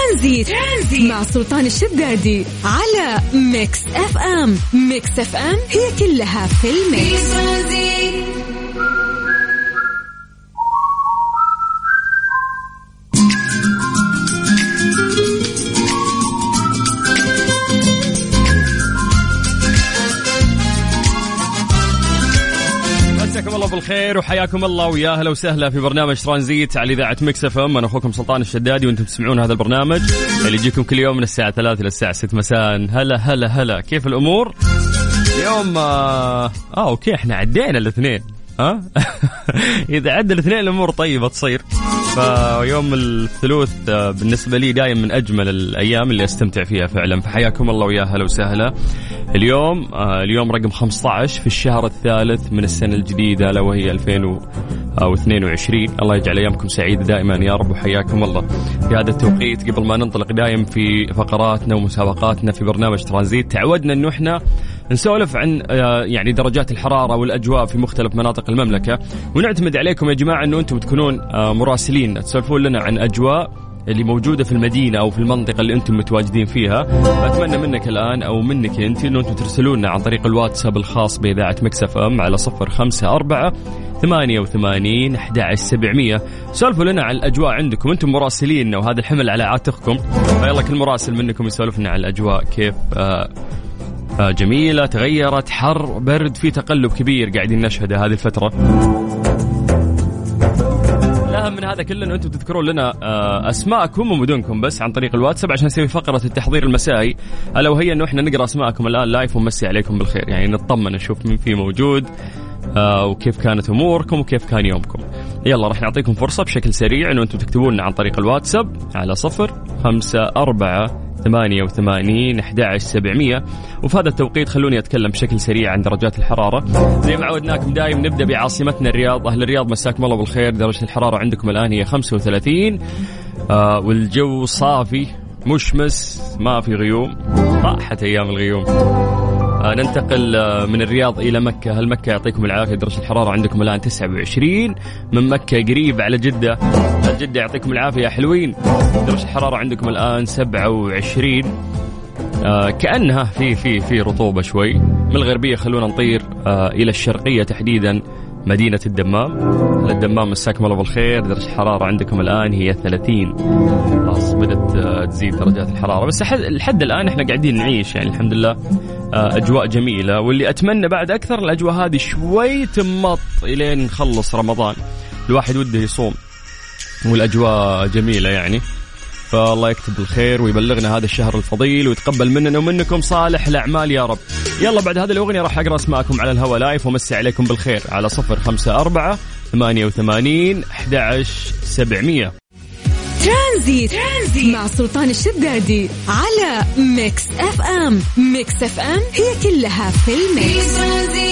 ترانزيت مع سلطان الشدادي على ميكس اف ام. ميكس اف ام هي كلها في الميكس. مساكم الله بالخير وحياكم الله ويا هلا وسهلا في برنامج ترانزيت على إذاعة ميكس اف ام. أنا أخوكم سلطان الشدادي وأنتم تسمعون هذا البرنامج اللي يجيكم كل يوم من الساعة 3 إلى الساعة 6 مساء. هلا كيف الأمور اليوم؟ أوكي احنا عدينا الاثنين. إذا عدى الاثنين الأمور طيبة تصير. فيوم الثلاث بالنسبة لي دايم من أجمل الأيام اللي أستمتع فيها فعلا. فحياكم الله ويا هلا وسهلا. اليوم رقم 15 في الشهر الثالث من السنة الجديدة ألا وهي 2022. الله يجعل أيامكم سعيدة دائما يا رب وحياكم الله في هذا التوقيت. قبل ما ننطلق دائم في فقراتنا ومسابقاتنا في برنامج ترانزيت تعودنا أنه إحنا نسولف عن يعني درجات الحرارة والأجواء في مختلف مناطق المملكة، ونعتمد عليكم يا جماعة أنه أنتم تكونون مراسلين تسولفون لنا عن أجواء اللي موجودة في المدينة أو في المنطقة اللي أنتم متواجدين فيها. فأتمنى منك الآن أو منك أنت أنه أنتم ترسلونا عن طريق الواتساب الخاص بإذاعة ميكس اف ام على 054-88-11700. سولفوا لنا عن الأجواء عندكم، أنتم مراسلين وهذا الحمل على عاتقكم. فيلا كل مراسل منكم يسولفنا عن الأجواء كيف جميلة، تغيرت، حر، برد، في تقلب كبير قاعدين نشهده هذه الفترة. الأهم من هذا كله أنه أنتم تذكرون لنا أسماءكم ومدنكم بس عن طريق الواتساب عشان نسوي فقرة التحضير المسائي، ألا وهي أنه إحنا نقرأ أسماءكم الآن لايف ونمسي عليكم بالخير، يعني نطمن نشوف مين في موجود وكيف كانت أموركم وكيف كان يومكم. يلا راح نعطيكم فرصة بشكل سريع أنه أنتم تكتبون عن طريق الواتساب على 054-88-11700. وفي هذا التوقيت خلوني أتكلم بشكل سريع عن درجات الحرارة. زي ما عودناكم دايم نبدأ بعاصمتنا الرياض. أهل الرياض مساكم الله بالخير. درجة الحرارة عندكم الآن هي 35 والجو صافي مشمس ما في غيوم، راحت أيام الغيوم. ننتقل من الرياض إلى مكة. هل مكة يعطيكم العافية. درجة الحرارة عندكم الآن 29. من مكة قريب على جدة. جدة يعطيكم العافية يا حلوين. درجة الحرارة عندكم الآن 27. كأنها في رطوبة شوي. من الغربية خلونا نطير إلى الشرقية تحديدا مدينة الدمام. الدمام مساكم الله بالخير. درجة الحرارة عندكم الآن هي 30. خلاص بدأت تزيد درجات الحرارة، بس لحد الآن احنا قاعدين نعيش يعني الحمد لله أجواء جميلة. واللي أتمنى بعد أكثر الأجواء هذه شوي تمط إلين نخلص رمضان. الواحد وده يصوم والأجواء جميلة يعني. فالله يكتب الخير ويبلغنا هذا الشهر الفضيل ويتقبل مننا ومنكم صالح الأعمال يا رب. يلا بعد هذه الأغنية راح أقرأ اسماءكم على الهواء لايف ومسي عليكم بالخير على 054-88-11700. ترانزيت مع سلطان الشدادي على ميكس اف ام. ميكس اف ام هي كلها في الميكس.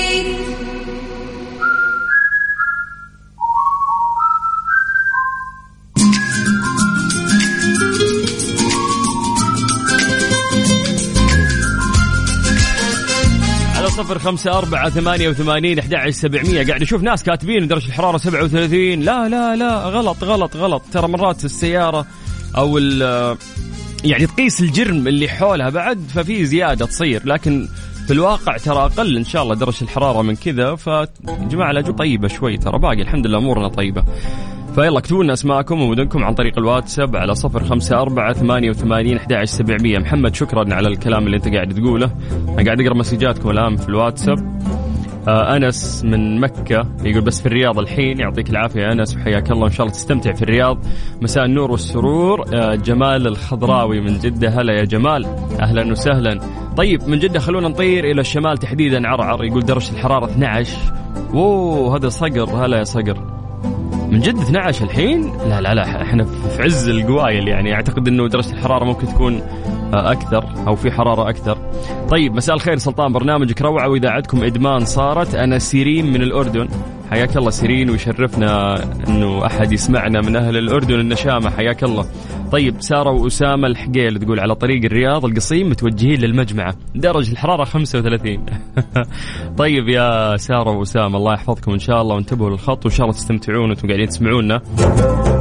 على 054-88-11700. قاعد أشوف ناس كاتبين درجة الحرارة 37. لا غلط. ترى مرات السيارة أو يعني تقيس الجرم اللي حولها بعد ففي زيادة تصير، لكن في الواقع ترى أقل إن شاء الله درجة الحرارة من كذا. فجماعة الأجواء طيبة شوي، ترى باقي الحمد لله أمورنا طيبة. فيلا اكتبوا لنا اسماءكم ومدنكم عن طريق الواتساب على 054-88-11700. محمد شكرا على الكلام اللي انت قاعد تقوله. انا قاعد اقرا مسجاتكم الان في الواتساب. أنس من مكة يقول بس في الرياض الحين. يعطيك العافية يا أنس وحياك الله، إن شاء الله تستمتع في الرياض. مساء النور والسرور. جمال الخضراوي من جدة. هلا يا جمال، أهلا وسهلا. طيب من جدة خلونا نطير إلى الشمال تحديدا عرعر. يقول درجة الحرارة 12. ووو هذا صقر. هلا يا صقر من جد 12 الحين. لا احنا في عز القوايل يعني. اعتقد انه درجة الحرارة ممكن تكون اكثر او في حرارة اكثر. طيب مساء الخير سلطان، برنامجك روعة واذاعتكم ادمان صارت. انا سيرين من الاردن. حياك الله سيرين ويشرفنا انه احد يسمعنا من اهل الاردن النشامة. حياك الله. طيب سارة وأسامة الحقيل تقول على طريق الرياض القصيم متوجهين للمجمعة درجة الحرارة 35. طيب يا سارة وأسامة الله يحفظكم إن شاء الله، وانتبهوا للخط وإن شاء الله تستمتعون وانتم قاعدين تسمعونا.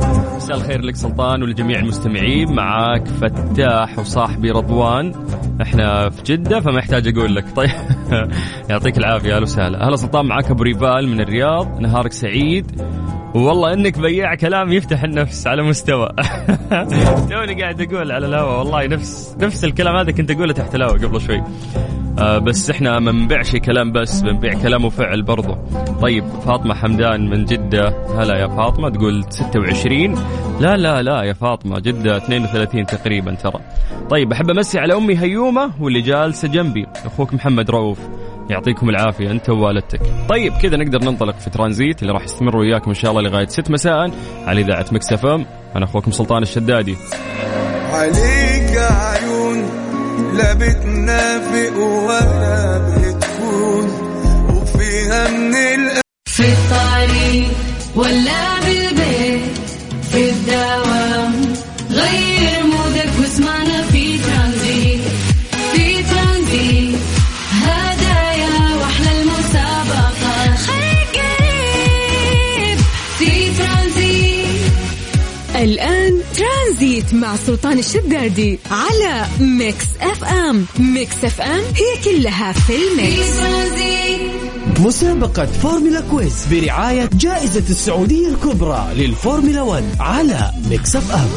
مساء الخير لك سلطان ولجميع المستمعين. معاك فتاح وصاحبي رضوان، احنا في جدة فما يحتاج اقول لك. طيب يعطيك العافية. اهلا وسهلا. هلا سلطان، معاك ابو ريفال من الرياض. نهارك سعيد، والله انك بياع كلام يفتح النفس على مستوى. توني قاعد اقول على الهواء والله نفس الكلام هذا كنت اقوله تحت الهواء قبل شوي. بس احنا ما بنبيعش كلام، بس بنبيع كلام وفعل برضه. طيب فاطمة حمدان من جدة، هلا يا فاطمة. تقول 26. لا يا فاطمة، جدة 32 تقريبا ترى. طيب أحب أمسي على أمي هيومة واللي جالسة جنبي، أخوك محمد رؤوف. يعطيكم العافية أنت ووالدتك. طيب كذا نقدر ننطلق في ترانزيت اللي راح يستمر وياكم إن شاء الله لغاية 6 مساء على إذاعة ميكس اف ام. أنا أخوكم سلطان الشدادي. عليك عيون لا بتنافق ولا بتكون وفيها من في الطريق ولا بالبيت في الدوام، غير مودك واسمعنا في ترانزيت. في ترانزيت هدايا واحلى المسابقة، خليك قريب في ترانزيت. الآن ترانزيت مع سلطان الشدادي على ميكس اف ام. ميكس اف ام هي كلها في الميكس. مسابقة فورمولا كويز برعاية جائزة السعودية الكبرى للفورمولا 1 على ميكس اف ام.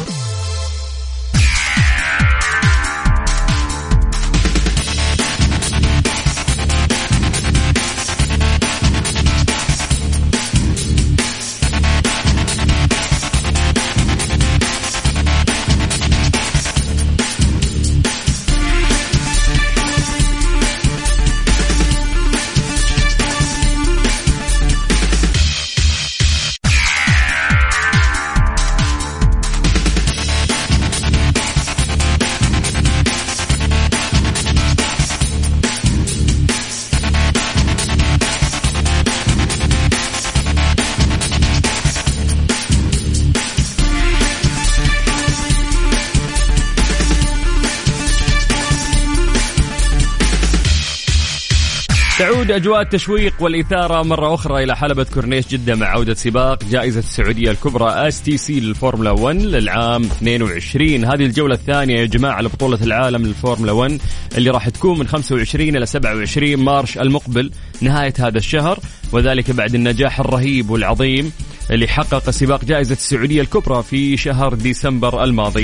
تعود أجواء التشويق والإثارة مرة أخرى إلى حلبة كورنيش جدة مع عودة سباق جائزة السعودية الكبرى STC للفورمولا 1 للعام 22. هذه الجولة الثانية يا جماعة لبطولة العالم للفورمولا 1 اللي راح تكون من 25 إلى 27 مارس المقبل نهاية هذا الشهر، وذلك بعد النجاح الرهيب والعظيم اللي حقق سباق جائزة السعودية الكبرى في شهر ديسمبر الماضي.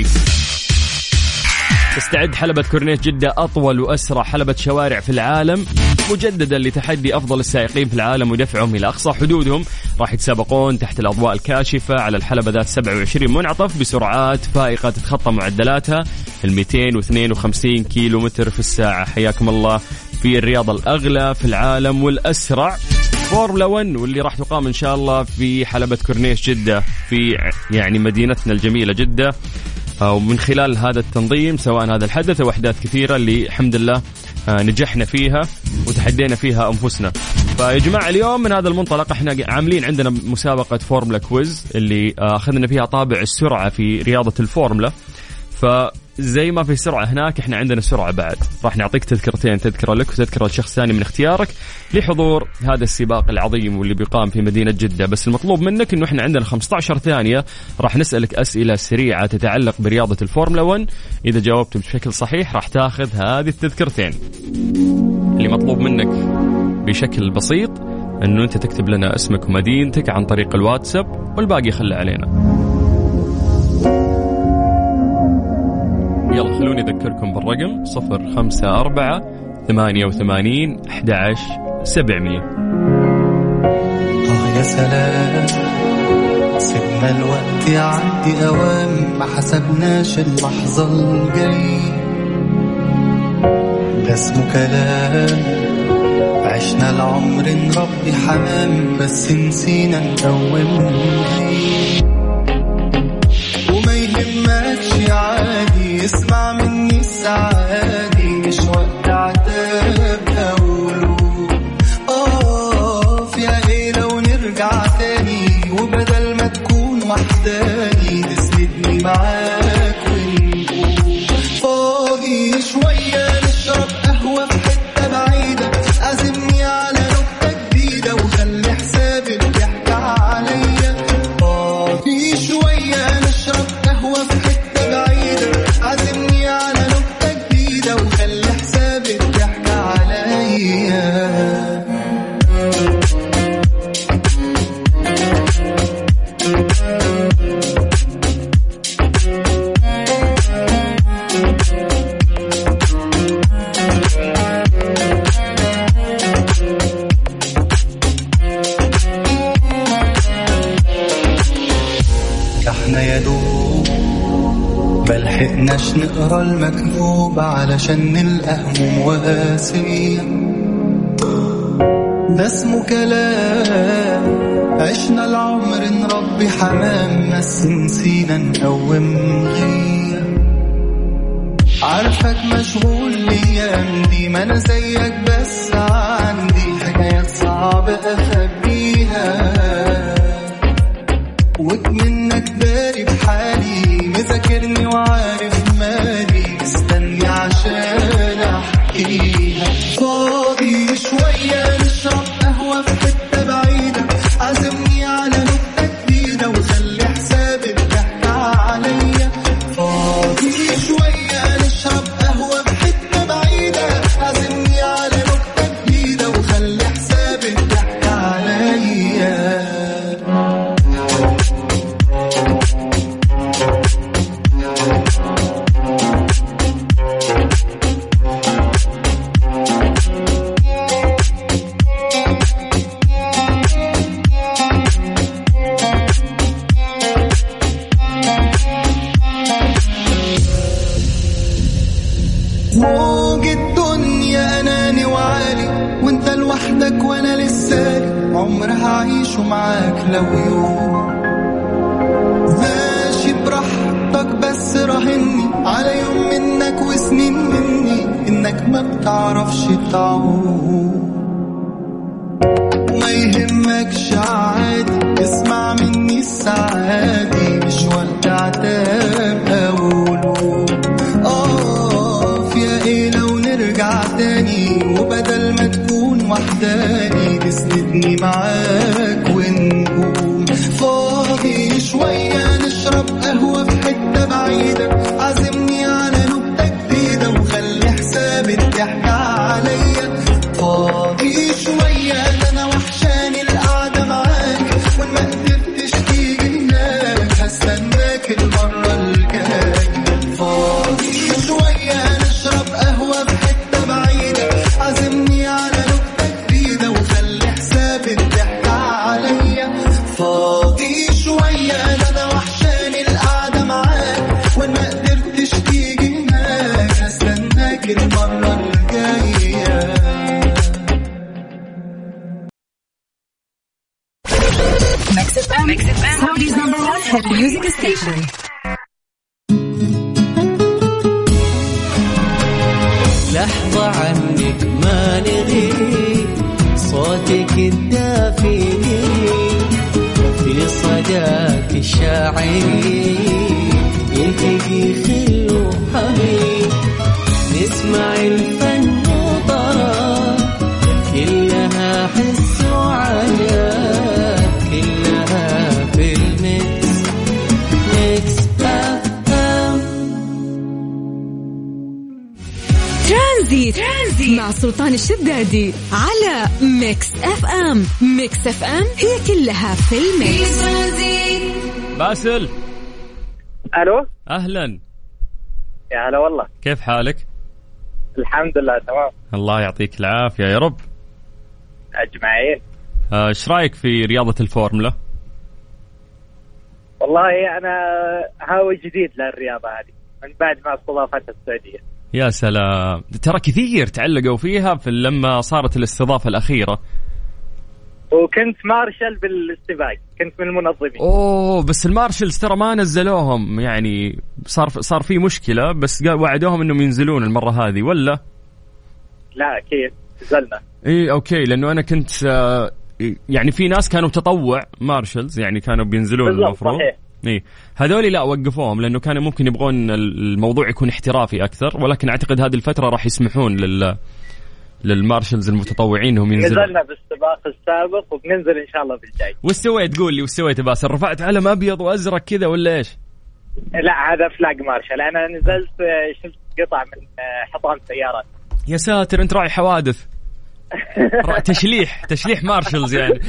تستعد حلبة كورنيش جدة أطول وأسرع حلبة شوارع في العالم مجددا لتحدي أفضل السائقين في العالم ودفعهم إلى أقصى حدودهم. راح يتسابقون تحت الأضواء الكاشفة على الحلبة ذات 27 منعطف بسرعات فائقة تتخطى معدلاتها 252 كيلومتر في الساعة. حياكم الله في الرياضة الأغلى في العالم والأسرع فورمولا 1، واللي راح تقام إن شاء الله في حلبة كورنيش جدة في يعني مدينتنا الجميلة جدة. ومن خلال هذا التنظيم سواء هذا الحدث أو أحداث كثيرة اللي الحمد لله نجحنا فيها وتحدينا فيها أنفسنا. فيا جماعة اليوم من هذا المنطلق احنا عاملين عندنا مسابقة فورمولا كويز اللي أخذنا فيها طابع السرعة في رياضة الفورمولا. فزي ما في سرعة هناك احنا عندنا سرعة بعد. راح نعطيك تذكرتين، تذكرة لك وتذكرة لشخص ثاني من اختيارك لحضور هذا السباق العظيم واللي بيقام في مدينة جدة. بس المطلوب منك انه احنا عندنا 15 ثانية راح نسألك أسئلة سريعة تتعلق برياضة الفورمولا 1. إذا جاوبت بشكل صحيح راح تاخذ هذه التذكرتين. اللي مطلوب منك بشكل بسيط انه انت تكتب لنا اسمك ومدينتك عن طريق الواتساب والباقي خلى علينا. يلا خلوني أذكركم بالرقم 054-88-11-700. يا سلام سيبنا الوقت يعدي أوام، ما حسبناش اللحظة الجاي. ده اسمه كلام، عشنا العمر نربي حمام بس نسينا نقوم. وما يهمكش عادي، اسمع مني السعادي، مش وقت عتاب أقوله فيها ايه لو نرجع تاني، وبدل ما تكون وحداني تسندني معاك ونقول فاضي شوية نشرب قهوة في حتة بعيدة، عزمني على نكتة جديدة وخلي حسابي الضحك عليا. فاضي ملحقناش نقرا المكتوب علشان نلقى هموم وقاسية. ده اسمه كلام، عشنا العمر نربي حمام بس نسينا نقوم غية. عارفك مشغول الايام دي، ما انا زيك بس عندي حكايات صعبة اخبيها، وكمنك داري بحالي مذاكرني وعارف مالي، مستني عشان احكيها. فاضي شوية نشرب قهوة في حتة بعيدة، عزمني على نكتة جديدة وخلي حساب الضحك عليا. فاضي شوية نشرب قهوة في حتة بعيدة، عزمني على نكتة جديدة وخلي حساب الضحك عليا. فوق الدنيا أناني وعالي وانت لوحدك وانا لسالي، عمر هعيشه معاك لو يوم. ماشي براحتك بس راهني على يوم منك وسنين مني، انك ما بتعرفش تعوم. ما يهمكش عادي، اسمع مني السعادي، مش وقت عتاب اقوله. فيها ايه لو نرجع تاني، وبدل ما تكون وحداني تسندني معاك ونقوم. فاضي شوية نشرب قهوة في حتة بعيدة، عزمني على نكتة جديدة وخلي حساب الضحك عليا. فاضي شوية ده انا وحشاني القعدة معاك، وان ما قدرتش تيجي هناك هستناك المرة الجاية. فاضي شوية نشرب قهوة في حتة بعيدة، عزمني على نكتة جديدة وخلي حساب الضحك عليا. فاضي شوية ده انا وحشاني القعدة معاك، وان ما قدرتش تيجي هناك هستناك المرة الجاية. Mix FM, Saudi's #1 hit music station. لحظة عنك ما نغيب، صوتك الدافئ في صداك الشاعري، يلتقي خل وحبيب، نسمع الفن وطرب، كلها حس وعجب، كلها في الميكس. ميكس أف أم. ترانزيت مع سلطان الشدادي على ميكس اف ام. ميكس اف ام هي كلها في الميكس. باسل، الو، اهلا. يا هلا والله، كيف حالك؟ الحمد لله تمام. الله يعطيك العافية يا رب. أجمعين. ايش رايك في رياضة الفورمولا؟ والله أنا هاوي جديد للرياضة هذه من بعد ما استضافتها السعودية. يا سلام، ترى كثير تعلقوا فيها في لما صارت الاستضافة الأخيرة. وكنت مارشال بالسباق، كنت من المنظمين. اوه، بس المارشلز ترى ما نزلوهم، يعني صار في مشكلة، بس وعدوهم انهم ينزلون المرة هذه ولا؟ لا كيف نزلنا. ايه اوكي، لانه انا كنت يعني في ناس كانوا تطوع مارشلز، يعني كانوا بينزلون المفروض. ايه هذولي لا وقفوهم، لانه كانوا ممكن يبغون الموضوع يكون احترافي اكثر، ولكن اعتقد هذه الفترة راح يسمحون للمارشلز المتطوعين انهم ينزلون. نزلنا بالسباق السابق وبننزل ان شاء الله بالجاي. وش سويت؟ قول لي وش سويت باسل؟ رفعت علم ابيض وازرق كذا ولا ايش؟ لا هذا فلاج مارشال، انا نزلت شلت قطع من حطام سيارات. يا ساتر، انت راعي حوادث. تشليح مارشلز يعني.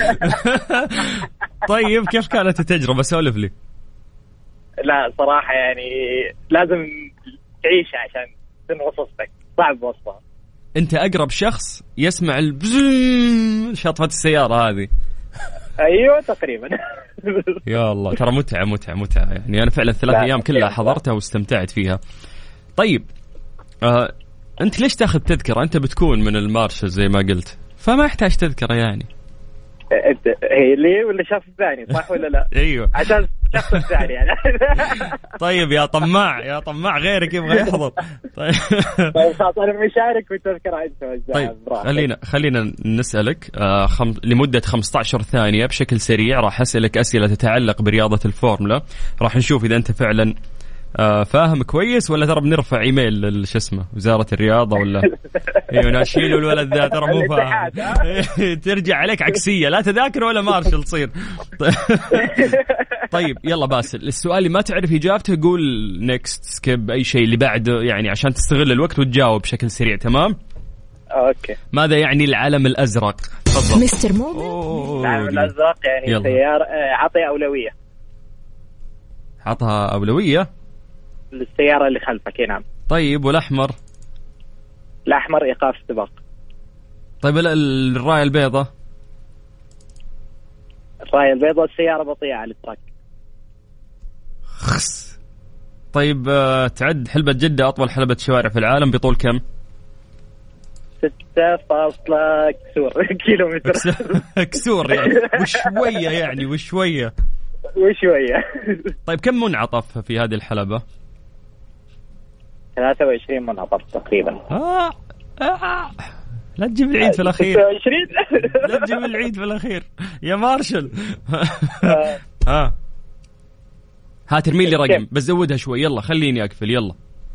طيب كيف كانت التجربة؟ سولف لي. لا صراحة يعني لازم تعيشها عشان تنوصف لك، صعب وصفها. انت اقرب شخص يسمع شطفة السيارة هذه. ايوه تقريبا. يا الله ترى متعة يعني أنا فعلا 3 أيام كلها حضرتها واستمتعت فيها. طيب أنت ليش تاخذ تذكرة؟ أنت بتكون من المارشل زي ما قلت، فما يحتاج تذكرة يعني. هي ليه ولا شخص ثاني صح ولا لا؟ ايوه عشان شخص ثاني يعني. طيب يا طماع غيرك يبغى يحضر. طيب خلاص انا مشارك في التذكرة انت. طيب خلينا نسألك لمدة 15 ثانية بشكل سريع. راح أسألك أسئلة تتعلق برياضة الفورمولا، راح نشوف إذا أنت فعلا فاهم كويس ولا ترى بنرفع ايميل للشسمة وزارة الرياضة ولا ايوه ناشيل الولد ذا ترى مو فاهم. ترجع عليك عكسية، لا تذاكر ولا مارشل تصير. طيب يلا باسل، السؤال اللي ما تعرف اجابته قول نيكست سكيب اي شيء اللي بعده يعني عشان تستغل الوقت وتجاوب بشكل سريع. تمام اوكي. ماذا يعني العلم الازرق؟ تفضل مستر موبل. العلم الازرق يعني سيارة عطي اولوية. عطها اولوية للسيارة اللي خلفك. نعم. طيب والأحمر؟ الأحمر إيقاف السباق. طيب الراية البيضاء؟ الراية البيضاء السيارة بطيئة على التراك. طيب تعد حلبة جدة أطول حلبة شوارع في العالم بطول كم؟ 6 كسور كيلومتر. كسور يعني وشوية. طيب كم منعطف في هذه الحلبة؟ 23 منعطف تقريبا. لا تجيب العيد في الأخير. 26. لا تجيب العيد في الأخير يا مارشل. هات ارمي لي رقم بس زودها شوي. يلا خليني أقفل. يلا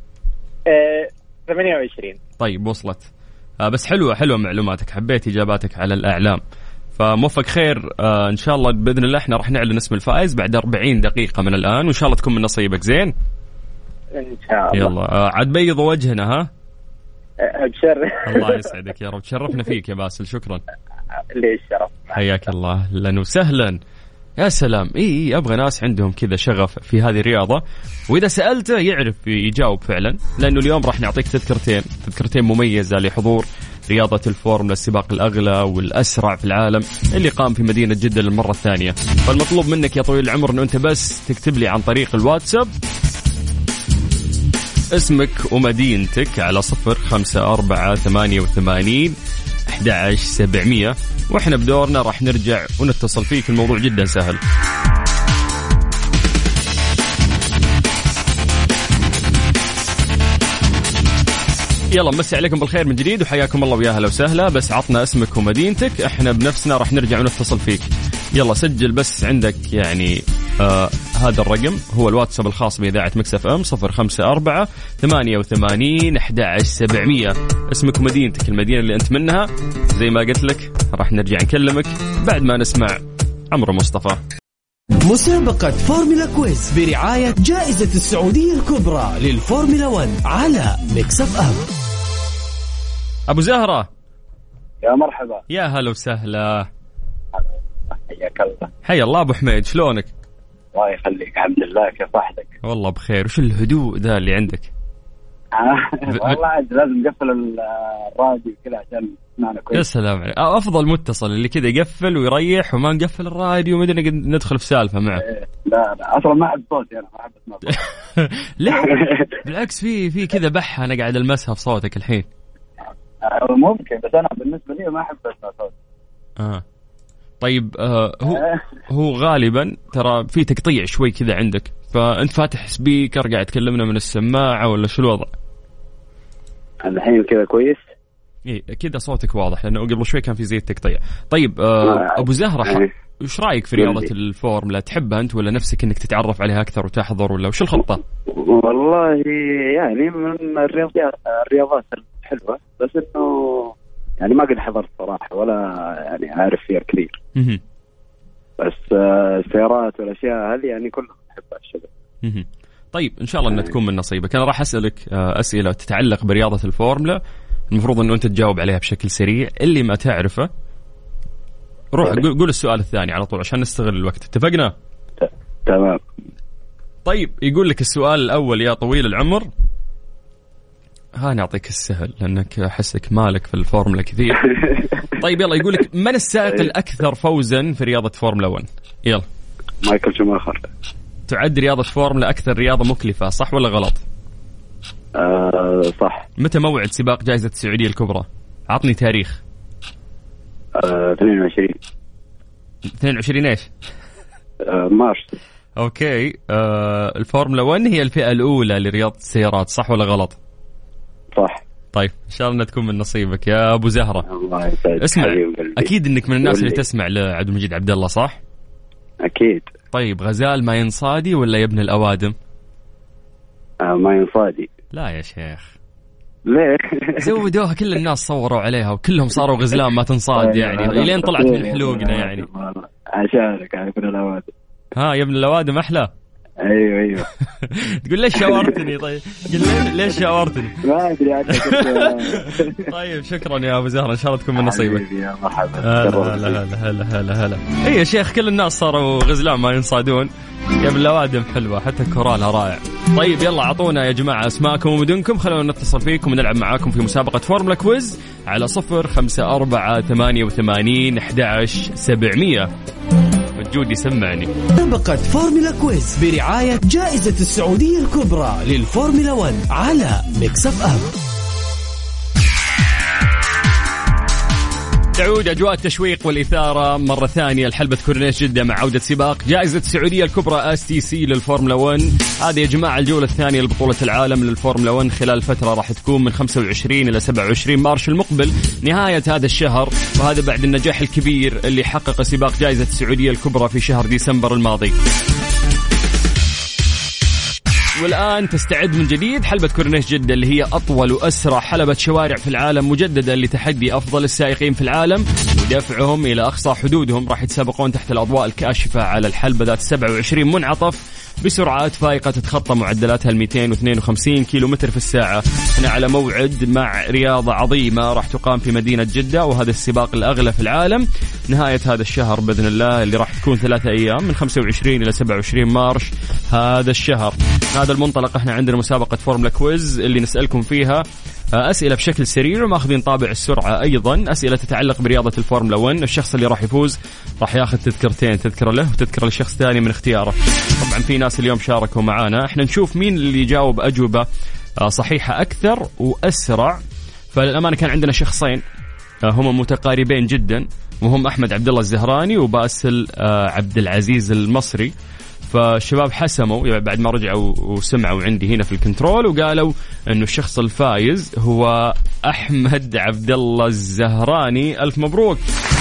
28. طيب وصلت. بس حلوة معلوماتك، حبيت إجاباتك على الأعلام، فموفق خير. إن شاء الله بإذن الله إحنا راح نعلن اسم الفائز بعد 40 دقيقة من الآن، وإن شاء الله تكون من نصيبك. زين إن شاء الله. يلا عاد بيض وجهنا. ها أبشر. الله يسعدك يا رب. تشرفنا فيك يا باسل. شكرا. ليش شرف. حياك الله. أهلا وسهلا. يا سلام. أبغى ناس عندهم كذا شغف في هذه الرياضة، وإذا سألته يعرف يجاوب فعلا، لأنه اليوم راح نعطيك تذكرتين مميزة لحضور رياضة الفورمولا، السباق الأغلى والأسرع في العالم اللي قام في مدينة جدة للمرة الثانية. فالمطلوب منك يا طويل العمر أنه أنت بس تكتب لي عن طريق الواتساب اسمك ومدينتك على 0548811700، وإحنا بدورنا راح نرجع ونتصل فيك. الموضوع جدا سهل. يلا مسي عليكم بالخير من جديد وحياكم الله ويا هلا وسهلا. بس عطنا اسمك ومدينتك، احنا بنفسنا راح نرجع ونتصل فيك. يلا سجل بس عندك يعني هذا الرقم هو الواتساب الخاص بإذاعة ميكس اف ام 0548811700. اسمك ومدينتك، المدينة اللي انت منها. زي ما قلت لك راح نرجع نكلمك بعد ما نسمع عمرو مصطفى. مسابقة فورمولا كويز برعاية جائزة السعودية الكبرى للفورمولا 1 على ميكس اف ام. أبو زهرة يا مرحبا. يا هلا وسهلا. حياك الله. حيا الله. أبو حميد شلونك؟ الله يخليك. الحمد لله. كيف صحتك؟ والله بخير. وش الهدوء ذا اللي عندك؟ والله عاد لازم نقفل الراديو كذا عشان نسمعنا كويس. يا سلام عليك. أفضل متصل اللي كذا يقفل ويريح وما نقفل الراديو ومدري ندخل في سالفة معه. لا أصلا ما أحب صوتي أنا، ما أحب أسمع صوتي. لا بالعكس في كذا بحة أنا قاعد ألمسها في صوتك الحين. ممكن بس أنا بالنسبة لي ما أحب أسمع صوتي. طيب هو غالبا ترى في تقطيع شوي كذا عندك، فأنت فاتح سبيكر قاعد تكلمنا من السماعة ولا شو الوضع؟ الحين كذا كويس. إيه كذا صوتك واضح، لأنه قبل شوي كان في زي التقطيع. طيب أبو زهرة وش رأيك في رياضة الفورمولا؟ تحبها أنت ولا نفسك إنك تتعرف عليها أكثر وتحضر، ولا وش الخطة؟ والله يعني من الرياضات الحلوة، بس إنه يعني ما قد حضرت صراحة ولا يعني عارف فيها كثير. بس السيارات والأشياء هذه يعني كلها أحبها الشباب. طيب إن شاء الله إنها تكون من نصيبك. أنا راح أسألك أسئلة تتعلق برياضة الفورمولا، المفروض إنه أنت تجاوب عليها بشكل سريع. اللي ما تعرفه روح قول السؤال الثاني على طول عشان نستغل الوقت. اتفقنا؟ تمام. طيب يقول لك السؤال الأول يا طويل العمر، نعطيك السهل لأنك أحسك مالك في الفورمولا كثير. طيب يلا يقولك من السائق الأكثر فوزا في رياضة فورمولا 1؟ يلا. مايكل شوماخر. تعد رياضة فورمولا أكثر رياضة مكلفة، صح ولا غلط؟ صح. متى موعد سباق جائزة السعودية الكبرى؟ عطني تاريخ. 22. 22 إيش؟ مارس. أوكي. الفورمولا 1 هي الفئة الأولى لرياضة السيارات، صح ولا غلط؟ صح. طيب إن شاء الله تكون من نصيبك يا أبو زهرة. الله يسعدك. اسمع، أكيد إنك من الناس اللي تسمع لعبد المجيد عبد الله، صح؟ أكيد. طيب غزال ما ينصادي ولا يا ابن الأوادم؟ ما ينصادي. لا يا شيخ. ليه؟ زودوها، كل الناس صوروا عليها وكلهم صاروا غزلان ما تنصاد يعني، لين طلعت من حلوقنا يعني. عشانك يا ابن الأوادم. ها يا ابن الأوادم أحلى. ايوه تقول ليش شاورتني؟ طيب قل ليش شاورتني؟ ما ادري عنك. طيب شكرا يا ابو زهره، ان شاء الله تكون من نصيبك. يا مرحبا. هلا اي يا شيخ، كل الناس صاروا غزلان ما ينصادون. يا ابن الأوادم حلوه، حتى الكورالها رائع. طيب يلا اعطونا يا جماعه اسماءكم ومدنكم، خلونا نتصل فيكم ونلعب معاكم في مسابقه فورمولا كويز على 0548811700. وجود يسمعني. مسابقة فورمولا كويز برعاية جائزة السعودية الكبرى للفورمولا 1 على ميكس اف ام. تعود أجواء التشويق والإثارة مرة ثانية لحلبة كورنيش جدة مع عودة سباق جائزة السعودية الكبرى STC للفورمولا 1. هذه يا جماعة الجولة الثانية لبطولة العالم للفورمولا 1 خلال فترة راح تكون من 25 إلى 27 مارس المقبل نهاية هذا الشهر، وهذا بعد النجاح الكبير اللي حقق سباق جائزة السعودية الكبرى في شهر ديسمبر الماضي. والآن تستعد من جديد حلبة كورنيش جدة اللي هي أطول وأسرع حلبة شوارع في العالم مجددا لتحدي أفضل السائقين في العالم ودفعهم إلى أقصى حدودهم. راح يتسابقون تحت الأضواء الكاشفة على الحلبة ذات 27 منعطف بسرعات فائقة تتخطى معدلاتها 252 كيلومتر في الساعة. هنا على موعد مع رياضة عظيمة راح تقام في مدينة جدة، وهذا السباق الأغلى في العالم نهاية هذا الشهر بإذن الله، اللي راح تكون 3 أيام من 25 إلى 27 مارس هذا الشهر. هذا المنطلق احنا عندنا مسابقة فورمولا كويز اللي نسألكم فيها أسئلة بشكل سريع وماخذين طابع السرعة، أيضا أسئلة تتعلق برياضة الفورمولا 1. الشخص اللي راح يفوز راح ياخذ تذكرتين، تذكرة له وتذكرة لشخص ثاني من اختياره. طبعا في ناس اليوم شاركوا معنا، احنا نشوف مين اللي يجاوب أجوبة صحيحة أكثر وأسرع. فللأمانة كان عندنا شخصين هم متقاربين جدا، وهم أحمد عبد الله الزهراني وباسل عبد العزيز المصري. فالشباب حسموا بعد ما رجعوا وسمعوا عندي هنا في الكنترول وقالوا انه الشخص الفايز هو احمد عبد الله الزهراني. الف مبروك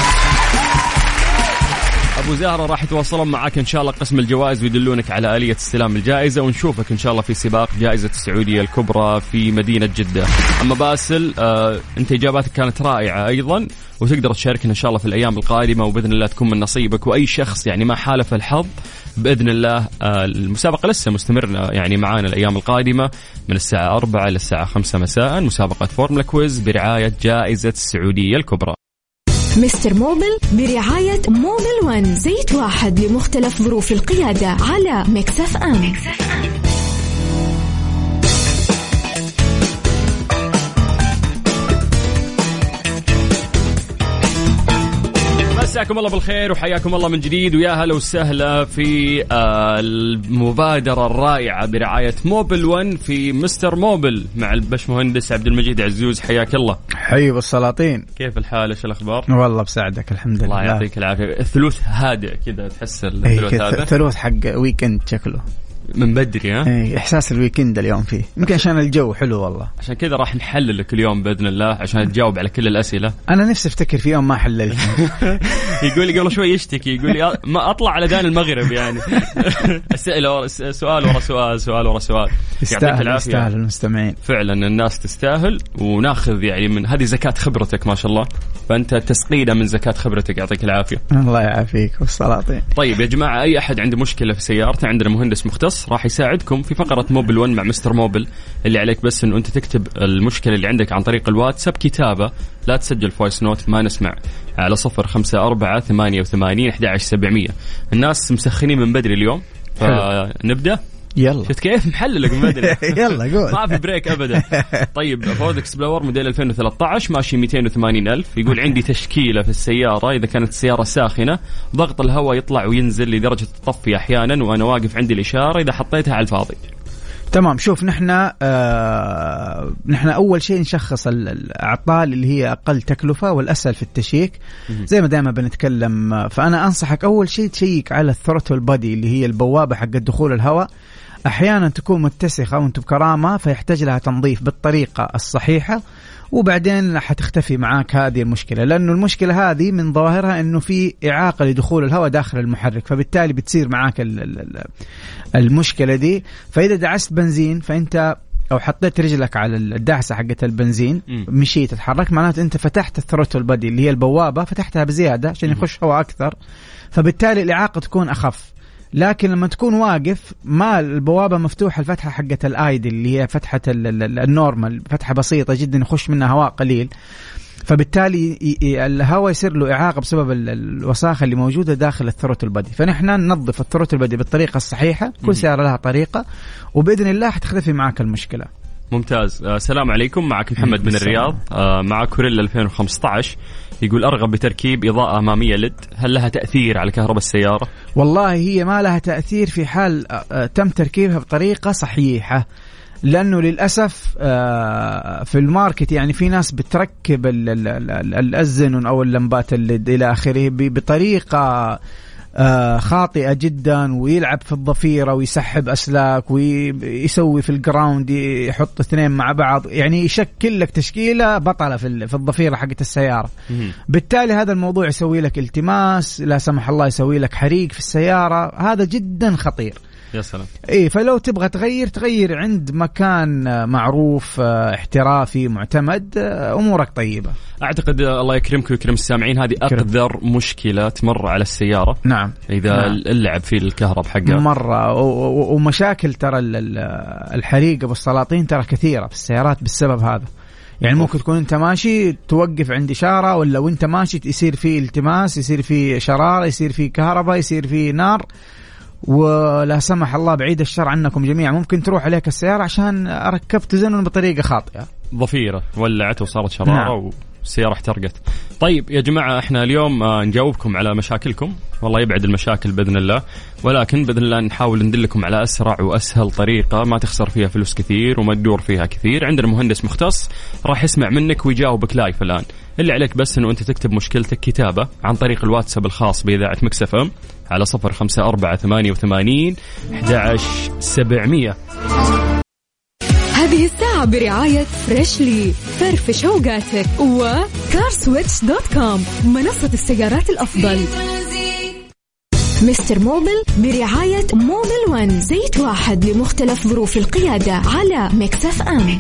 ابو زهره. راح يتواصلون معاك ان شاء الله قسم الجوائز ويدلونك على آلية استلام الجائزة، ونشوفك ان شاء الله في سباق جائزة السعودية الكبرى في مدينة جدة. اما باسل انت اجاباتك كانت رائعة ايضا، وتقدر تشاركنا ان شاء الله في الايام القادمة وباذن الله تكون من نصيبك. واي شخص يعني ما حالف الحظ بإذن الله المسابقة لسه مستمرة يعني معانا الأيام القادمة من الساعة 4 إلى الساعة 5 مساء. مسابقة فورمولا كويز برعاية جائزة السعودية الكبرى. مستر موبل برعاية موبل 1، زيت واحد لمختلف ظروف القيادة على ميكس اف ام. مساكم الله بالخير وحياكم الله من جديد، ويا هلا وسهلا في المبادرة الرائعة برعاية موبل 1 في مستر موبل مع البشمهندس عبد المجيد عزوز. حياك الله. حي بالسلاطين. كيف الحال؟ ايش الأخبار؟ والله بساعدك الحمد لله. الله يعطيك العافية. الثلوث هادئ كذا، تحس الثلوث هذا الثلوث حق ويكند شكله من بدري. ها إحساس الويكند اليوم فيه، يمكن عشان الجو حلو والله. عشان كذا راح نحلل لك اليوم بإذن الله عشان تجاوب على كل الأسئلة. أنا نفسي أفتكر في يوم ما حللت. يقول لي قبل شوي يشتكي، يقول لي ما أطلع على دان المغرب يعني. أسئلة سؤال ورا سؤال، سؤال ورا سؤال. يعطيك العافية. يستاهل المستمعين فعلا، الناس تستاهل، وناخذ يعني من هذه زكاة خبرتك ما شاء الله، فأنت تسقينا من زكاة خبرتك. يعطيك العافية. الله يعافيك والسلاطين. طيب يا جماعة، أي أحد عنده مشكلة في سيارته عندنا مهندس مختص راح يساعدكم في فقرة موبل 1 مع مستر موبل. اللي عليك بس إنه أنت تكتب المشكلة اللي عندك عن طريق الواتساب كتابة، لا تسجل فويس نوت ما نسمع، على 0548811700. الناس مسخنين من بدري اليوم، فنبدأ. يلا شفت كيف محللك من بدري. يلا قول. ما في بريك ابدا. طيب فورد اكسبلور موديل 2013 ماشي 280,000. يقول عندي تشكيله في السياره، اذا كانت السياره ساخنه ضغط الهواء يطلع وينزل لدرجه الطفي احيانا وانا واقف عندي الاشاره اذا حطيتها على الفاضي. تمام. شوف نحن أول شيء نشخص الأعطال اللي هي أقل تكلفة والأسهل في التشيك زي ما دائما بنتكلم. فأنا أنصحك أول شيء تشيك على الثروتل بادي اللي هي البوابة حق دخول الهواء. أحيانا تكون متسخة وانتم بكرامة فيحتاج لها تنظيف بالطريقة الصحيحة، وبعدين حتختفي معاك هذه المشكلة، لأنه المشكلة هذه من ظواهرها أنه في إعاقة لدخول الهواء داخل المحرك، فبالتالي بتصير معاك المشكلة دي. فإذا دعست بنزين فأنت أو حطيت رجلك على الدعسة حقة البنزين مشيت تتحرك، معناته أنت فتحت الثروتل بادي اللي هي البوابة، فتحتها بزيادة عشان يخش هواء أكثر، فبالتالي الإعاقة تكون أخف. لكن لما تكون واقف ما البوابة مفتوحة، الفتحة حقة الآيد اللي هي فتحة النورمال، فتحة بسيطة جدا يخش منها هواء قليل، فبالتالي الهواء يصير له إعاقة بسبب الوساخة اللي موجودة داخل الثروتل بادي. فنحن ننظف الثروتل بادي بالطريقة الصحيحة، كل سيارة لها طريقة، وبإذن الله حتختفي معك المشكلة. ممتاز. السلام عليكم، معك محمد من الرياض. معك كوريلا 2015. يقول أرغب بتركيب إضاءة أمامية ليد، هل لها تأثير على كهرباء السيارة؟ والله هي ما لها تأثير في حال تم تركيبها بطريقة صحيحة، لأنه للأسف في الماركت يعني في ناس بتركب الأزن أو اللمبات الليد إلى آخره بطريقة خاطئة جدا، ويلعب في الضفيرة ويسحب أسلاك ويسوي في الجراوند، يحط اثنين مع بعض، يعني يشكل لك تشكيلة بطلة في الضفيرة حقت السيارة. بالتالي هذا الموضوع يسوي لك التماس، لا سمح الله يسوي لك حريق في السيارة، هذا جدا خطير. يا سلام. إيه، فلو تبغى تغير عند مكان معروف احترافي معتمد، أمورك طيبة. أعتقد الله يكرمك ويكرم السامعين هذه أقدر مشكلة تمر على السيارة. نعم. إذا اللعب في الكهرب حقها مرة، ومشاكل ترى الحريق أبو السلاطين ترى كثيرة في السيارات بالسبب هذا. يعني ممكن تكون أنت ماشي توقف عند إشارة، ولا وأنت ماشي يصير فيه التماس، يصير فيه شرارة، يصير فيه كهرباء، يصير فيه نار، ولا سمح الله بعيد الشر عنكم جميعا ممكن تروح عليك السيارة عشان ركبت زنون بطريقة خاطئة، ضفيرة ولعت وصارت شرارة. نعم. والسيارة احترقت. طيب يا جماعة احنا اليوم نجاوبكم على مشاكلكم، والله يبعد المشاكل بإذن الله، ولكن بإذن الله نحاول ندلكم على أسرع وأسهل طريقة ما تخسر فيها فلوس كثير وما تدور فيها كثير. عندنا مهندس مختص راح يسمع منك ويجاوبك لايف الآن. اللي عليك بس أنه أنت تكتب مشكلتك كتابة عن طريق الواتساب الخاص بإذاعة ميكس اف ام على 0548811700. هذه الساعة برعاية فريشلي، فرفش اوقاتك، وكارسويتش.com منصة السيارات الأفضل. مستر موبل برعاية موبل 1، زيت واحد لمختلف ظروف القيادة على ميكس اف ام.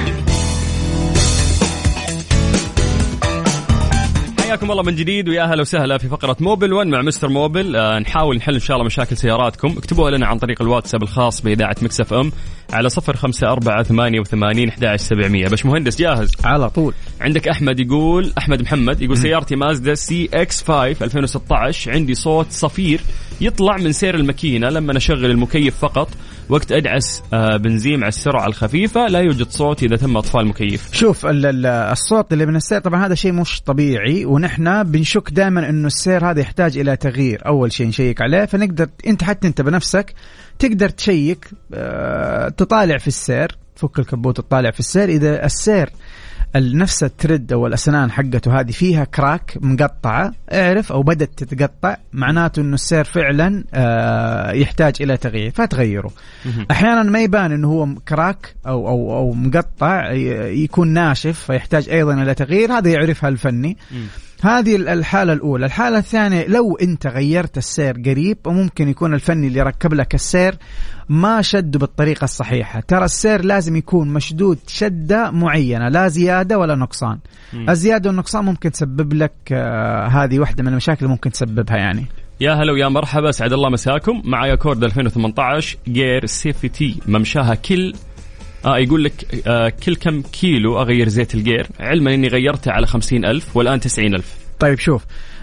حياكم الله من جديد ويا أهلا وسهلا في فقرة موبل 1 مع مستر موبل. نحاول نحل إن شاء الله مشاكل سياراتكم. اكتبوها لنا عن طريق الواتساب الخاص بإذاعة ميكس اف ام على 0548811700. باش مهندس جاهز على طول. عندك أحمد يقول، أحمد محمد يقول سيارتي مازدا CX-5 2016 عندي صوت صفير يطلع من سير الماكينة لما نشغل المكيف فقط، وقت أدعس بنزين على السرعة الخفيفة لا يوجد صوت إذا تم إطفاء المكيف. شوف الصوت اللي من السير طبعا هذا شيء مش طبيعي، ونحن بنشك دائما إنه السير هذا يحتاج إلى تغيير. أول شيء نشيك عليه، فنقدر أنت بنفسك تقدر تشيك، تطالع في السير، تفك الكبوت وتطالع في السير. إذا السير نفس الترد أو الأسنان حقته هذه فيها كراك مقطعة، اعرف أو بدأت تتقطع، معناته إنه السير فعلا يحتاج إلى تغيير فتغيره. أحيانا ما يبان إنه هو كراك أو مقطع، يكون ناشف فيحتاج أيضا إلى تغيير، هذا يعرفها الفني. هذه الحالة الأولى. الحالة الثانية، لو أنت غيرت السير قريب وممكن يكون الفني اللي ركب لك السير ما شده بالطريقة الصحيحة. ترى السير لازم يكون مشدود شدة معينة، لا زيادة ولا نقصان. الزيادة والنقصان ممكن تسبب لك هذه واحدة من المشاكل اللي ممكن تسببها يعني. يا هلا ويا مرحبا، اسعد الله مساكم. معايا كورد 2018 جير سيفتي ممشاها كل يقول لك كل كم كيلو أغير زيت الجير، علما أني غيرته على 50,000 والآن 90,000. طيب شوف،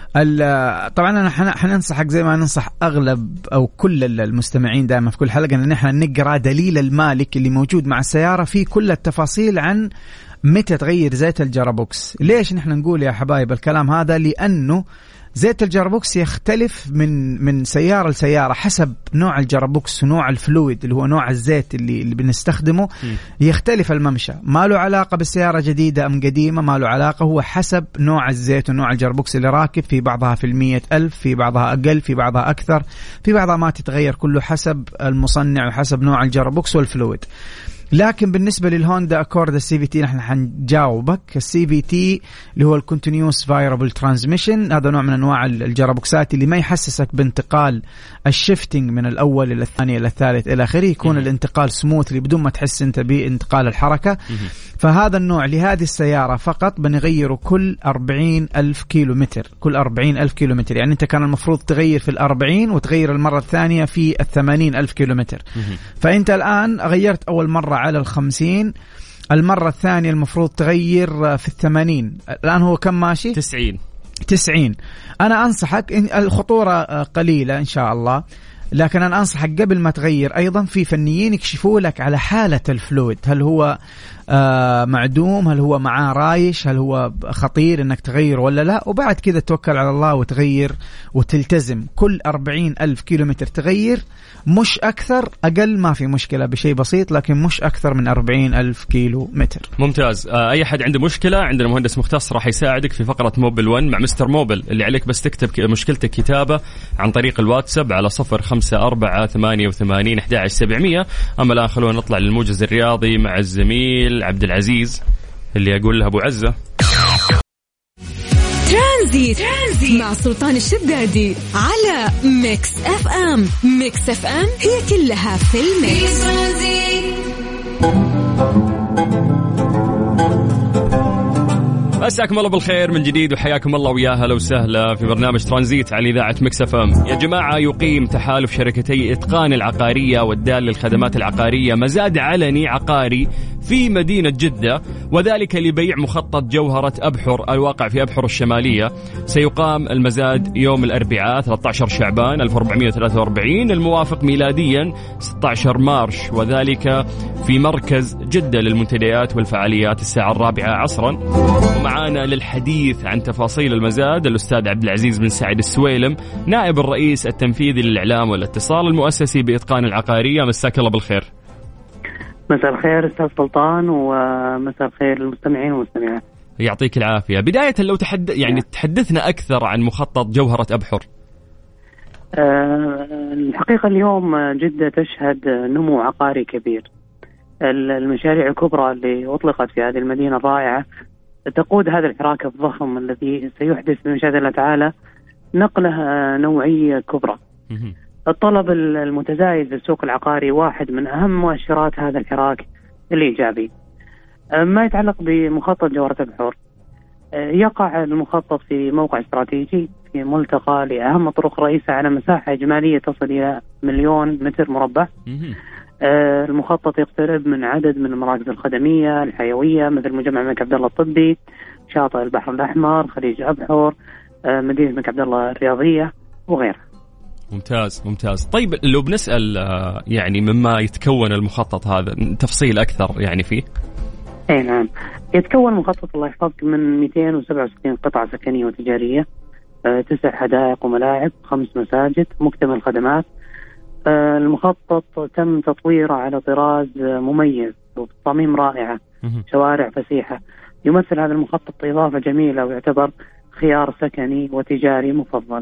طبعا أنا حننصحك زي ما ننصح أغلب أو كل المستمعين دائما في كل حلقة أن نحن نقرأ دليل المالك اللي موجود مع السيارة فيه كل التفاصيل عن متى تغير زيت الجرابوكس. ليش نحن نقول يا حبايب الكلام هذا؟ لأنه زيت الجرابوكس يختلف من سيارة لسيارة حسب نوع الجرابوكس ونوع الفلويد اللي هو نوع الزيت اللي بنستخدمه، يختلف الممشى. ما له علاقة بالسيارة جديدة أم قديمة، ما له علاقة، هو حسب نوع الزيت ونوع الجرابوكس اللي راكب. في بعضها في 100,000، في بعضها أقل، في بعضها أكثر، في بعضها ما تتغير، كله حسب المصنع وحسب نوع الجرابوكس والفلويد. لكن بالنسبة للهوندا أكورد السي في تي نحن حنجاوبك. السي في تي اللي هو الكونتينيوس فايربل ترانسميشن، هذا نوع من أنواع الجرابوكسات اللي ما يحسسك بانتقال الشيفتنج من الأول إلى الثاني إلى الثالث إلى آخره، يكون الانتقال سموثلي بدون ما تحس أنت بانتقال الحركة. فهذا النوع لهذه السيارة فقط بنغيره كل 40,000 كيلومتر، كل 40,000 كيلومتر. يعني أنت كان المفروض تغير في 40 وتغير المرة الثانية في 80,000 كيلومتر. فأنت الآن غيرت أول مرة على 50، المرة الثانية المفروض تغير في 80. الآن هو كم ماشي؟ 90. أنا أنصحك، الخطورة قليلة إن شاء الله، لكن أنا أنصحك قبل ما تغير أيضا في فنيين يكشفوا لك على حالة الفلويد، هل هو معدوم، هل هو معاه رايش، هل هو خطير انك تغير ولا لا، وبعد كذا توكل على الله وتغير وتلتزم. كل 40,000 كيلومتر تغير، مش أكثر، أقل ما في مشكلة بشيء بسيط، لكن مش أكثر من 40,000 كيلومتر. ممتاز. أي حد عنده مشكلة عندنا مهندس مختص راح يساعدك في فقرة موبل 1 مع مستر موبل. اللي عليك بس تكتب مشكلتك كتابة عن طريق الواتساب على 0548811700. أما الآن خلونا نطلع للموجز الرياضي مع الزميل عبد العزيز اللي أقول له أبو عزة. ترانزيت مع سلطان الشدادي على ميكس اف ام. ميكس اف ام هي كلها في الميكس. مساكم الله بالخير من جديد وحياكم الله ويا هلا وسهلا في برنامج ترانزيت على إذاعة ميكس اف ام. يا جماعة، يقيم تحالف شركتي إتقان العقارية والدال للخدمات العقارية مزاد علني عقاري في مدينة جدة، وذلك لبيع مخطط جوهرة أبحر الواقع في أبحر الشمالية. سيقام المزاد يوم الأربعاء 13 شعبان 1443 الموافق ميلاديا 16 مارش، وذلك في مركز جدة للمنتديات والفعاليات الساعة 4 عصرا. ومعانا للحديث عن تفاصيل المزاد الأستاذ عبد العزيز بن سعد السويلم، نائب الرئيس التنفيذي للإعلام والاتصال المؤسسي بإتقان العقارية. مساك الله بالخير. مساء الخير أستاذ سلطان، ومساء الخير للمستمعين والمستمعات. يعطيك العافية. بداية لو تحدثنا أكثر عن مخطط جوهرة أبحر. الحقيقة اليوم جدة تشهد نمو عقاري كبير. المشاريع الكبرى اللي أطلقت في هذه المدينة الرائعة تقود هذا الحراك الضخم الذي سيحدث بمشيئة الله تعالى نقلة نوعية كبرى. الطلب المتزايد في السوق العقاري واحد من أهم مؤشرات هذا الحراك الإيجابي. ما يتعلق بمخطط جوهرة أبحر، يقع المخطط في موقع استراتيجي في ملتقى لأهم الطرق الرئيسة على مساحة إجمالية تصل إلى 1,000,000 متر مربع. المخطط يقترب من عدد من المراكز الخدمية الحيوية مثل مجمع الملك عبد الله الطبي، شاطئ البحر الأحمر، خليج أبحر، مدينة الملك عبد الله الرياضية وغيرها. ممتاز. طيب لو بنسأل يعني مما يتكون المخطط هذا تفصيل أكثر يعني فيه. أي نعم، يتكون مخطط الله يحفظك من 267 قطعة سكنية وتجارية، 9 حدائق وملاعب، 5 مساجد، مكتمل خدمات. المخطط تم تطويره على طراز مميز وتصاميم رائعة، شوارع فسيحة. يمثل هذا المخطط إضافة جميلة ويعتبر خيار سكني وتجاري مفضل.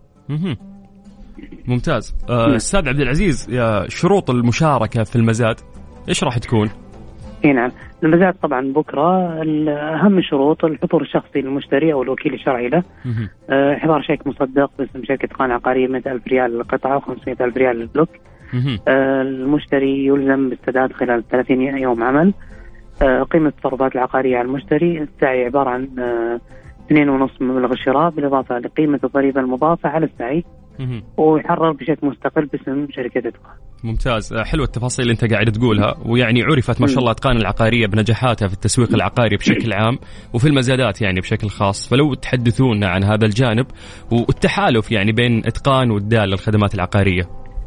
ممتاز. أستاذ عبد العزيز، شروط المشاركة في المزاد إيش راح تكون؟ نعم، المزاد طبعا بكرة أهم الشروط الحضور الشخصي للمشتري أو الوكيل الشرعي له، إحضار شيك مصدق باسم شركة إتقان عقارية 100,000 ريال للقطعة و500,000 ريال للبلوك. المشتري يلزم بالسداد خلال 30 يوم عمل. قيمة التصرفات العقارية على المشتري، السعي عبارة عن 2.5 مبلغ الشراء بالإضافة لقيمة الضريبة المضافة على السعي، ويحرر بشكل مستقل باسم شركة إتقان. ممتاز، حلوة التفاصيل اللي أنت قاعد تقولها. ويعني عرفت ما شاء الله أتقان العقارية بنجاحاتها في التسويق العقاري بشكل عام وفي المزادات يعني بشكل خاص. فلو تحدثونا عن هذا الجانب والتحالف يعني بين إتقان والدال للخدمات العقارية.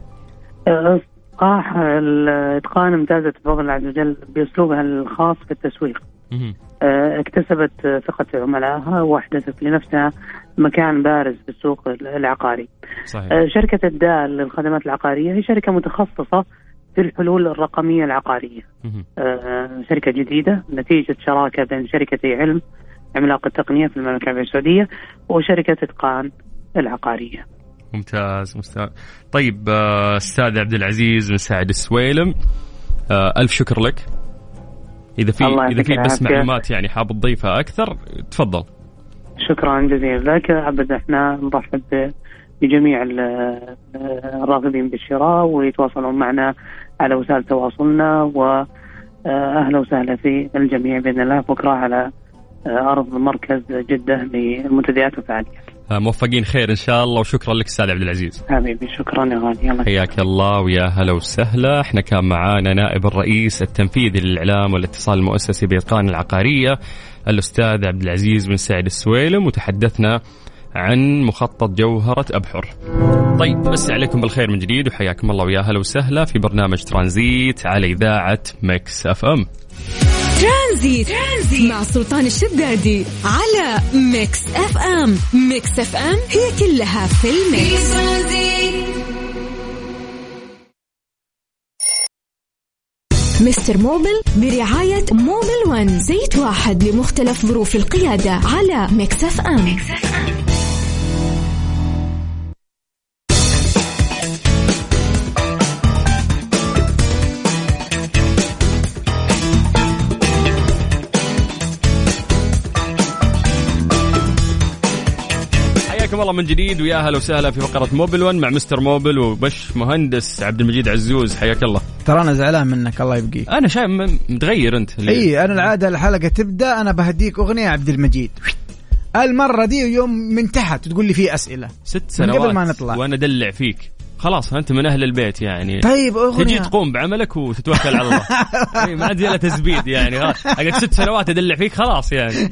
صح، الإتقان امتازت بفضل الله عز وجل بأسلوبها الخاص في التسويق. اكتسبت ثقة عملائها واحدثت لنفسها مكان بارز في السوق العقاري. صحيح. شركة الدال للخدمات العقارية هي شركة متخصصة في الحلول الرقمية العقارية. شركة جديدة نتيجة شراكة بين شركتي علم عملاق التقنية في المملكة العربية السعودية وشركة إتقان العقارية. ممتاز. طيب أستاذ عبد العزيز بن سعد السويلم، ألف شكر لك. إذا في بس معلومات يعني حاب تضيفها أكثر تفضل. شكرا جزيلا لك. أبدا احنا نرحب بجميع الراغبين بالشراء ويتواصلون معنا على وسائل تواصلنا، وأهلا وسهلا في الجميع بإذن الله بكرة على أرض مركز جدة للمنتديات والفعاليات. موفقين خير إن شاء الله، وشكرا لك أستاذ عبد العزيز. حبيبي شكرا يا غالي. حياك الله ويا هلا وسهلا. احنا كان معانا نائب الرئيس التنفيذي للإعلام والاتصال المؤسسي بإتقان العقارية الأستاذ عبد العزيز بن سعد السويلم، وتحدثنا عن مخطط جوهرة أبحر. طيب بس عليكم بالخير من جديد وحياكم الله ويا هلا وسهلا في برنامج ترانزيت على إذاعة ميكس اف ام. ترانزيت مع سلطان الشدادي على ميكس اف ام. ميكس اف ام هي كلها في الميكس. مستر موبل برعاية موبل ون، زيت واحد لمختلف ظروف القيادة على ميكس اف ام. حياكم الله من جديد ويا هلا وسهلا في فقرة موبل ون مع مستر موبل وبش مهندس عبد المجيد عزوز. حياك الله. ترى أنا زعلان منك الله يبقيك. أنا شايف متغير أنت. إيه أنا العادة الحلقة تبدأ أنا بهديك أغنية عبد المجيد، المرة دي يوم من تحت تقول لي فيه أسئلة 6 سنوات قبل ما نطلع وأنا دلع فيك. خلاص أنت من أهل البيت يعني. طيب أغنية تجي تقوم بعملك وتتوكل على الله. ما عاد زي تزبيد يعني. أقعد 6 سنوات أدلع فيك خلاص يعني.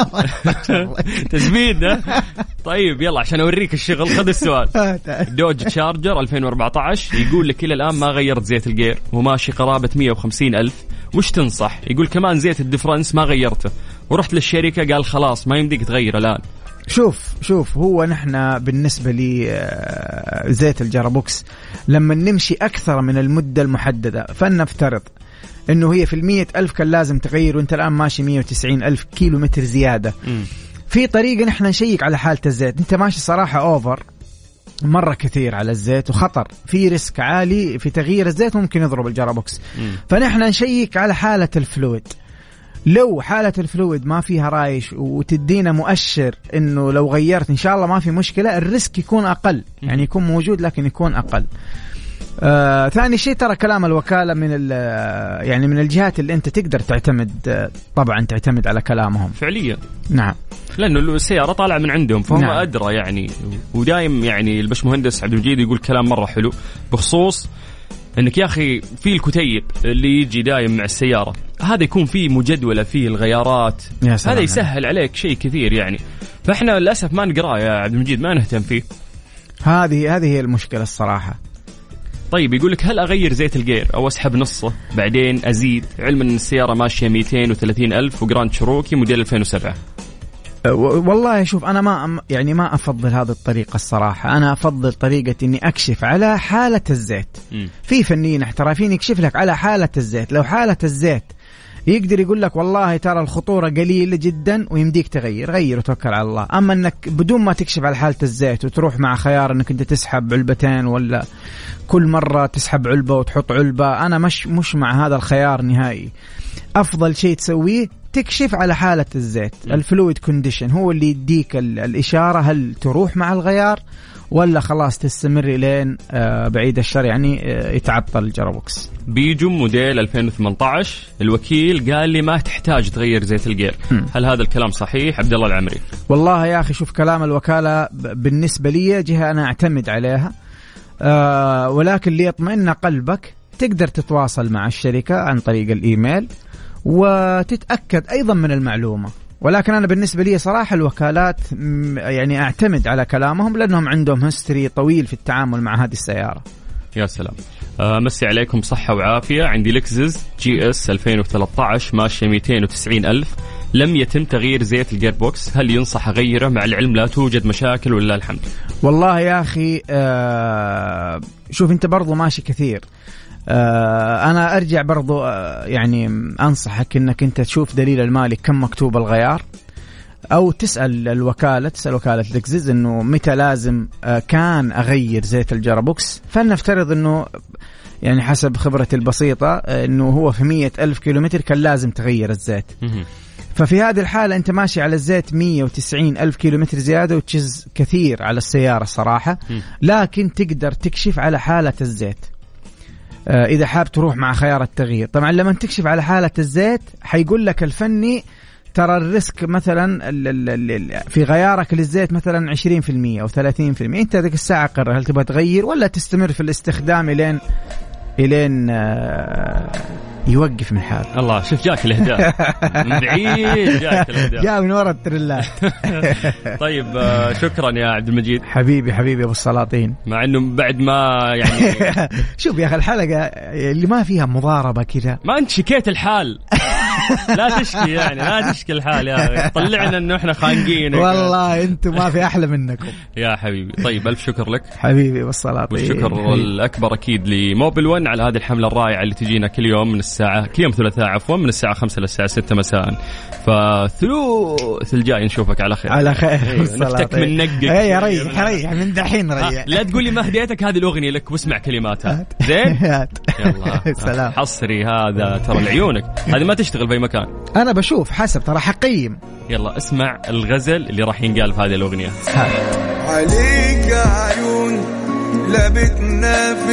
تزبيد ده. طيب يلا عشان أوريك الشغل خذ السؤال. دوج تشارجر 2014 يقول لك إلى الآن ما غيرت زيت الجير وماشي قرابة 150,000. وش تنصح؟ يقول كمان زيت الدفرنس ما غيرته ورحت للشركة قال خلاص ما يمديك تغير الآن. شوف هو نحن بالنسبة لي زيت الجرابوكس لما نمشي أكثر من المدة المحددة فلنفترض أنه هي في 100,000 كان لازم تغير وانت الآن ماشي 190,000 كيلو متر زيادة. في طريقة نحن نشيك على حالة الزيت. انت ماشي صراحة أوفر مرة كثير على الزيت وخطر في ريسك عالي في تغيير الزيت ممكن يضرب الجرابوكس. فنحن نشيك على حالة الفلويد. لو حالة الفلويد ما فيها رايش وتدينا مؤشر انه لو غيرت ان شاء الله ما في مشكلة، الريسك يكون اقل يعني يكون موجود لكن يكون اقل. ثاني شيء ترى كلام الوكالة يعني من الجهات اللي انت تقدر تعتمد، طبعا تعتمد على كلامهم فعليا. نعم لأنه السيارة طالعة من عندهم فهم نعم. أدرى يعني. ودايم يعني البشمهندس عبد المجيد يقول كلام مرة حلو بخصوص انك يا اخي في الكتيب اللي يجي دايم مع السيارة هذا يكون فيه مجدولة فيه الغيارات، هذا يسهل عليك شيء كثير يعني. فاحنا للأسف ما نقرأ يا عبد المجيد، ما نهتم فيه. هذه هي المشكلة الصراحة. طيب يقول لك هل أغير زيت الجير أو أسحب نصه بعدين أزيد، علما أن السيارة ماشية 230,000 وجراند شروكي موديل 2007؟ والله شوف أنا ما أفضل هذه الطريقة الصراحة. أنا أفضل طريقة إني أكشف على حالة الزيت. في فنيين احترافيين يكشف لك على حالة الزيت. لو حالة الزيت يقدر يقول لك والله ترى الخطورة قليلة جدا ويمديك غير وتوكل على الله. أما أنك بدون ما تكشف على حالة الزيت وتروح مع خيار أنك أنت تسحب علبتين ولا كل مرة تسحب علبة وتحط علبة، أنا مش مع هذا الخيار نهائي. أفضل شيء تسويه تكشف على حالة الزيت. الفلويد كونديشن هو اللي يديك الإشارة هل تروح مع الغيار ولا خلاص تستمر لين بعيد الشر يعني يتعطل الجرابوكس. بيجو موديل 2018 الوكيل قال لي ما تحتاج تغير زيت الجير. هل هذا الكلام صحيح عبد الله العمري؟ والله يا أخي شوف كلام الوكالة بالنسبة لي جهة أنا أعتمد عليها. ولكن ليطمئن قلبك تقدر تتواصل مع الشركة عن طريق الإيميل وتتأكد أيضا من المعلومة. ولكن أنا بالنسبة لي صراحة الوكالات يعني أعتمد على كلامهم لأنهم عندهم هيستوري طويل في التعامل مع هذه السيارة. يا سلام. مسي عليكم صحة وعافية. عندي لكزس جي اس 2013 ماشية 290,000، لم يتم تغيير زيت الجير بوكس، هل ينصح أغيره مع العلم لا توجد مشاكل ولا الحمد؟ والله يا أخي شوف أنت برضو ماشي كثير. أنا أرجع برضو يعني أنصحك أنك أنت تشوف دليل المالك كم مكتوب الغيار، أو تسأل تسأل وكالة لكزس أنه متى لازم كان أغير زيت الجرابوكس. فلنفترض أنه يعني حسب خبرتي البسيطة أنه هو في 100,000 كيلومتر كان لازم تغير الزيت. ففي هذه الحالة أنت ماشي على الزيت 190,000 كيلومتر زيادة، وتشز كثير على السيارة الصراحة. لكن تقدر تكشف على حالة الزيت إذا حاب تروح مع خيار التغيير. طبعا لما تكشف على حالة الزيت حيقول لك الفني ترى الريسك مثلا في غيارك للزيت مثلا 20% أو 30%. أنت ذيك الساعة قرر هل تبغى تغير ولا تستمر في الاستخدام إلين يوقف من حاله. الله، شوف جاك الإهداء من بعيد، جاك الإهداء جاء من وراء التريلات. طيب شكرا يا عبد المجيد حبيبي أبو السلاطين. مع إنه بعد ما يعني شوف يا أخي الحلقة اللي ما فيها مضاربة كذا، ما أنت شكيت الحال. لا تشكي يعني، لا تشكي الحال يا أخي، طلعنا إنه إحنا خانقين. والله أنتم ما في أحلى منكم يا حبيبي. طيب ألف شكر لك حبيبي والسلاطين. والشكر الأكبر أكيد لموبل 1 على هذه الحملة الرائعة اللي تجينا كل يوم كل يوم ثلاثاء عفوا من الساعة 5 للساعة 6 مساء. فثلث الجاي نشوفك على خير. على خير. نفتك من نقك. يا ريح من دحين ريح. لا تقول لي ما هديتك هذه الأغنية لك واسمع كلماتها. زين. يلا سلام. حصري هذا ترى لعيونك، هذه ما تشتغل في مكان. أنا بشوف حسب ترى حقيم. يلا اسمع الغزل اللي راح ينقال في هذه الأغنية. عليك عيون لا بتنافي